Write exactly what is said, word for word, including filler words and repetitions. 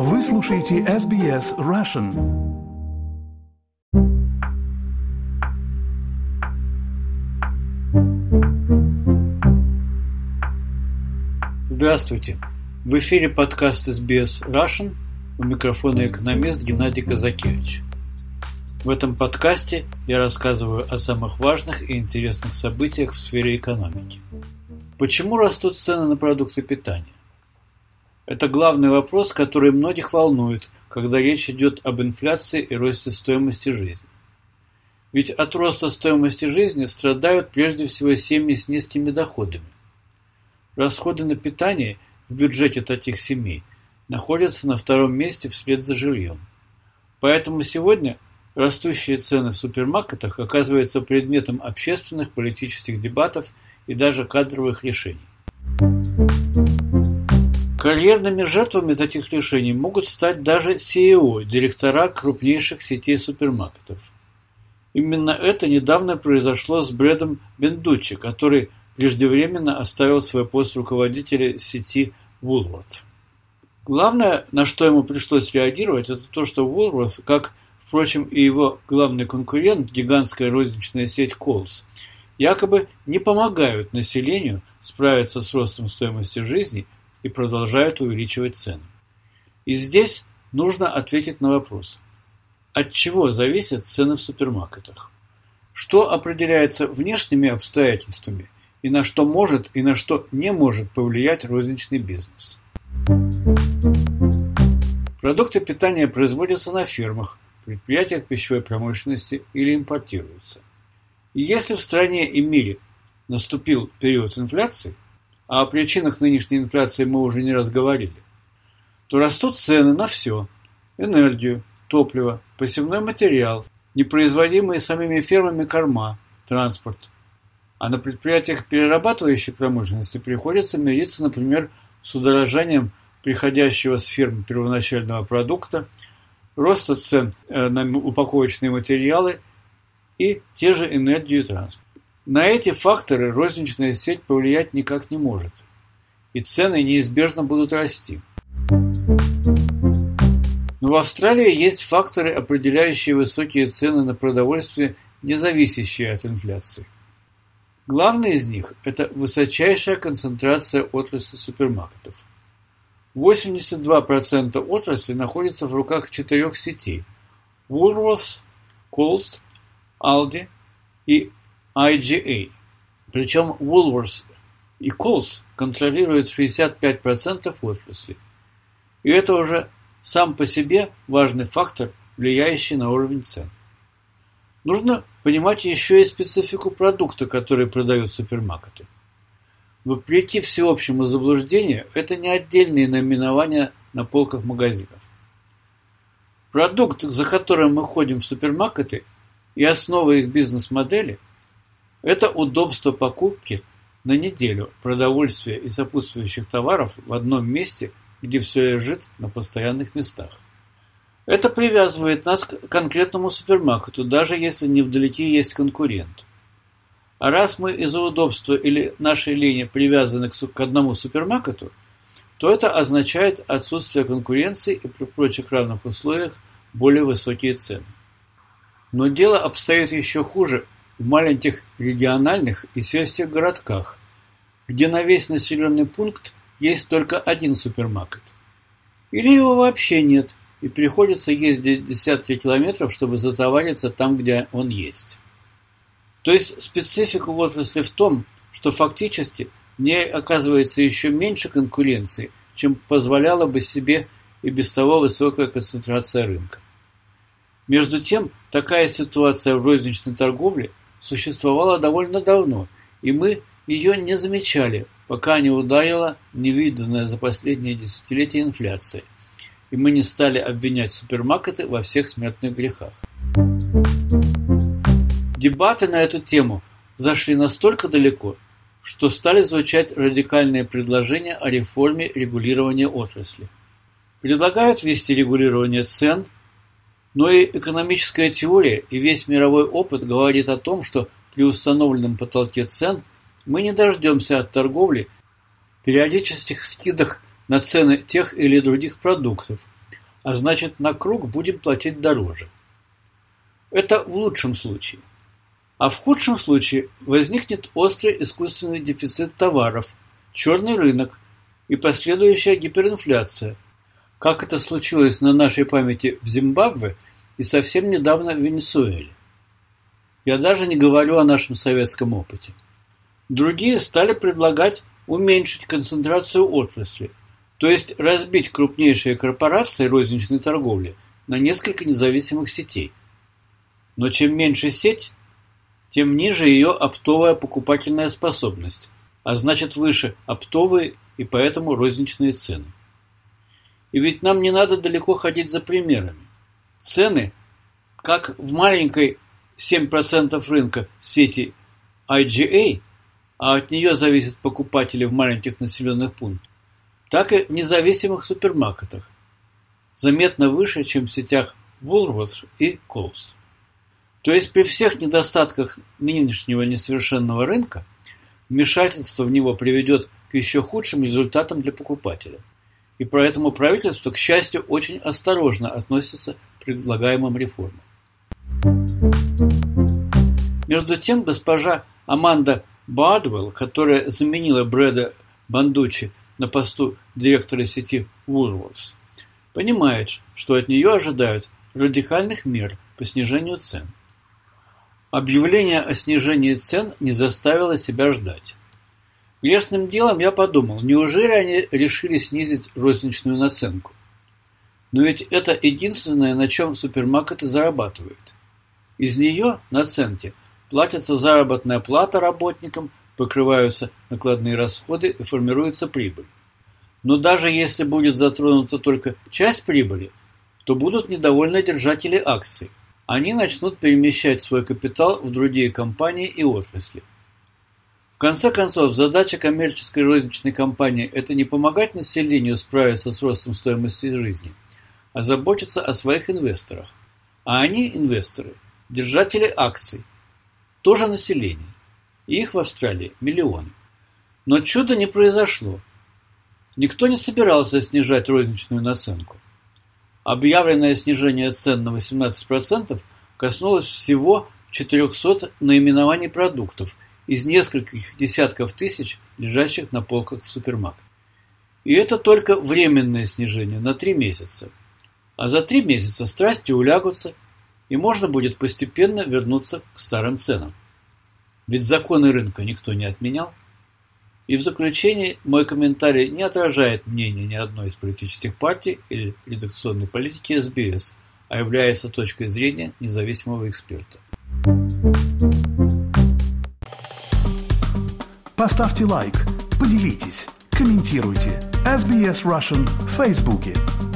Вы слушаете эс би эс Russian. Здравствуйте! В эфире подкаст эс би эс Russian, у микрофона экономист Геннадий Казакевич. В этом подкасте я рассказываю о самых важных и интересных событиях в сфере экономики. Почему растут цены на продукты питания? Это главный вопрос, который многих волнует, когда речь идет об инфляции и росте стоимости жизни. Ведь от роста стоимости жизни страдают прежде всего семьи с низкими доходами. Расходы на питание в бюджете таких семей находятся на втором месте вслед за жильем. Поэтому сегодня растущие цены в супермаркетах оказываются предметом общественных, политических дебатов и даже кадровых решений. Карьерными жертвами таких решений могут стать даже си и о, директора крупнейших сетей супермаркетов. Именно это недавно произошло с Брэдом Бендуччи, который преждевременно оставил свой пост руководителя сети Woolworth. Главное, на что ему пришлось реагировать, это то, что Woolworth, как, впрочем, и его главный конкурент, гигантская розничная сеть Coles, якобы не помогают населению справиться с ростом стоимости жизни и продолжают увеличивать цены. И здесь нужно ответить на вопрос: от чего зависят цены в супермаркетах? Что определяется внешними обстоятельствами и на что может и на что не может повлиять розничный бизнес? Продукты питания производятся на фермах, предприятиях пищевой промышленности или импортируются. И если в стране и мире наступил период инфляции, а о причинах нынешней инфляции мы уже не раз говорили, то растут цены на все – энергию, топливо, посевной материал, непроизводимые самими фермами корма, транспорт. А на предприятиях перерабатывающей промышленности приходится мириться, например, с удорожанием приходящего с ферм первоначального продукта, роста цен на упаковочные материалы и те же энергию и транспорт. На эти факторы розничная сеть повлиять никак не может, и цены неизбежно будут расти. Но в Австралии есть факторы, определяющие высокие цены на продовольствие, не зависящие от инфляции. Главный из них – это высочайшая концентрация отрасли супермаркетов. восемьдесят два процента отрасли находится в руках четырех сетей – Woolworths, Coles, Aldi и ай джи эй. Причем Woolworths и Coles контролируют шестьдесят пять процентов отрасли. И это уже сам по себе важный фактор, влияющий на уровень цен. Нужно понимать еще и специфику продукта, который продают супермаркеты. Вопреки всеобщему заблуждению, это не отдельные наименования на полках магазинов. Продукт, за которым мы ходим в супермаркеты, и основа их бизнес-модели – это удобство покупки на неделю продовольствия и сопутствующих товаров в одном месте, где все лежит на постоянных местах. Это привязывает нас к конкретному супермаркету, даже если невдалеке есть конкурент. А раз мы из-за удобства или нашей лени привязаны к одному супермаркету, то это означает отсутствие конкуренции и при прочих равных условиях более высокие цены. Но дело обстоит еще хуже в маленьких региональных и сельских городках, где на весь населенный пункт есть только один супермаркет. Или его вообще нет, и приходится ездить десятки километров, чтобы затовариться там, где он есть. То есть специфика в отрасли в том, что фактически в ней оказывается еще меньше конкуренции, чем позволяла бы себе и без того высокая концентрация рынка. Между тем, такая ситуация в розничной торговле существовала довольно давно, и мы ее не замечали, пока не ударила невиданная за последние десятилетия инфляция, и мы не стали обвинять супермаркеты во всех смертных грехах. Дебаты на эту тему зашли настолько далеко, что стали звучать радикальные предложения о реформе регулирования отрасли. Предлагают ввести регулирование цен, но и экономическая теория и весь мировой опыт говорит о том, что при установленном потолке цен мы не дождемся от торговли периодических скидок на цены тех или других продуктов, а значит на круг будем платить дороже. Это в лучшем случае. А в худшем случае возникнет острый искусственный дефицит товаров, черный рынок и последующая гиперинфляция, как это случилось на нашей памяти в Зимбабве и совсем недавно в Венесуэле. Я даже не говорю о нашем советском опыте. Другие стали предлагать уменьшить концентрацию отрасли, то есть разбить крупнейшие корпорации розничной торговли на несколько независимых сетей. Но чем меньше сеть, тем ниже ее оптовая покупательная способность, а значит выше оптовые и поэтому розничные цены. И ведь нам не надо далеко ходить за примерами. Цены, как в маленькой семь процентов рынка сети ай джи эй, а от нее зависят покупатели в маленьких населенных пунктах, так и в независимых супермаркетах, заметно выше, чем в сетях Woolworths и Coles. То есть при всех недостатках нынешнего несовершенного рынка вмешательство в него приведет к еще худшим результатам для покупателя. И поэтому правительство, к счастью, очень осторожно относится к предлагаемым реформам. Между тем, госпожа Аманда Бардвелл, которая заменила Брэда Бандуччи на посту директора сети Woolworths, понимает, что от нее ожидают радикальных мер по снижению цен. Объявление о снижении цен не заставило себя ждать. Грешным делом я подумал, неужели они решили снизить розничную наценку? Но ведь это единственное, на чем супермаркеты зарабатывают. Из нее, наценки, платится заработная плата работникам, покрываются накладные расходы и формируется прибыль. Но даже если будет затронута только часть прибыли, то будут недовольны держатели акций. Они начнут перемещать свой капитал в другие компании и отрасли. В конце концов, задача коммерческой розничной компании – это не помогать населению справиться с ростом стоимости жизни, а заботиться о своих инвесторах. А они, инвесторы, держатели акций, тоже население. И их в Австралии миллионы. Но чуда не произошло. Никто не собирался снижать розничную наценку. Объявленное снижение цен на восемнадцать процентов коснулось всего четырехсот наименований продуктов из нескольких десятков тысяч, лежащих на полках в супермаркете. И это только временное снижение на три месяца. А за три месяца страсти улягутся, и можно будет постепенно вернуться к старым ценам. Ведь законы рынка никто не отменял. И в заключение мой комментарий не отражает мнение ни одной из политических партий или редакционной политики эс би эс, а является точкой зрения независимого эксперта. Поставьте лайк, поделитесь, комментируйте. эс би эс Russian в Фейсбуке.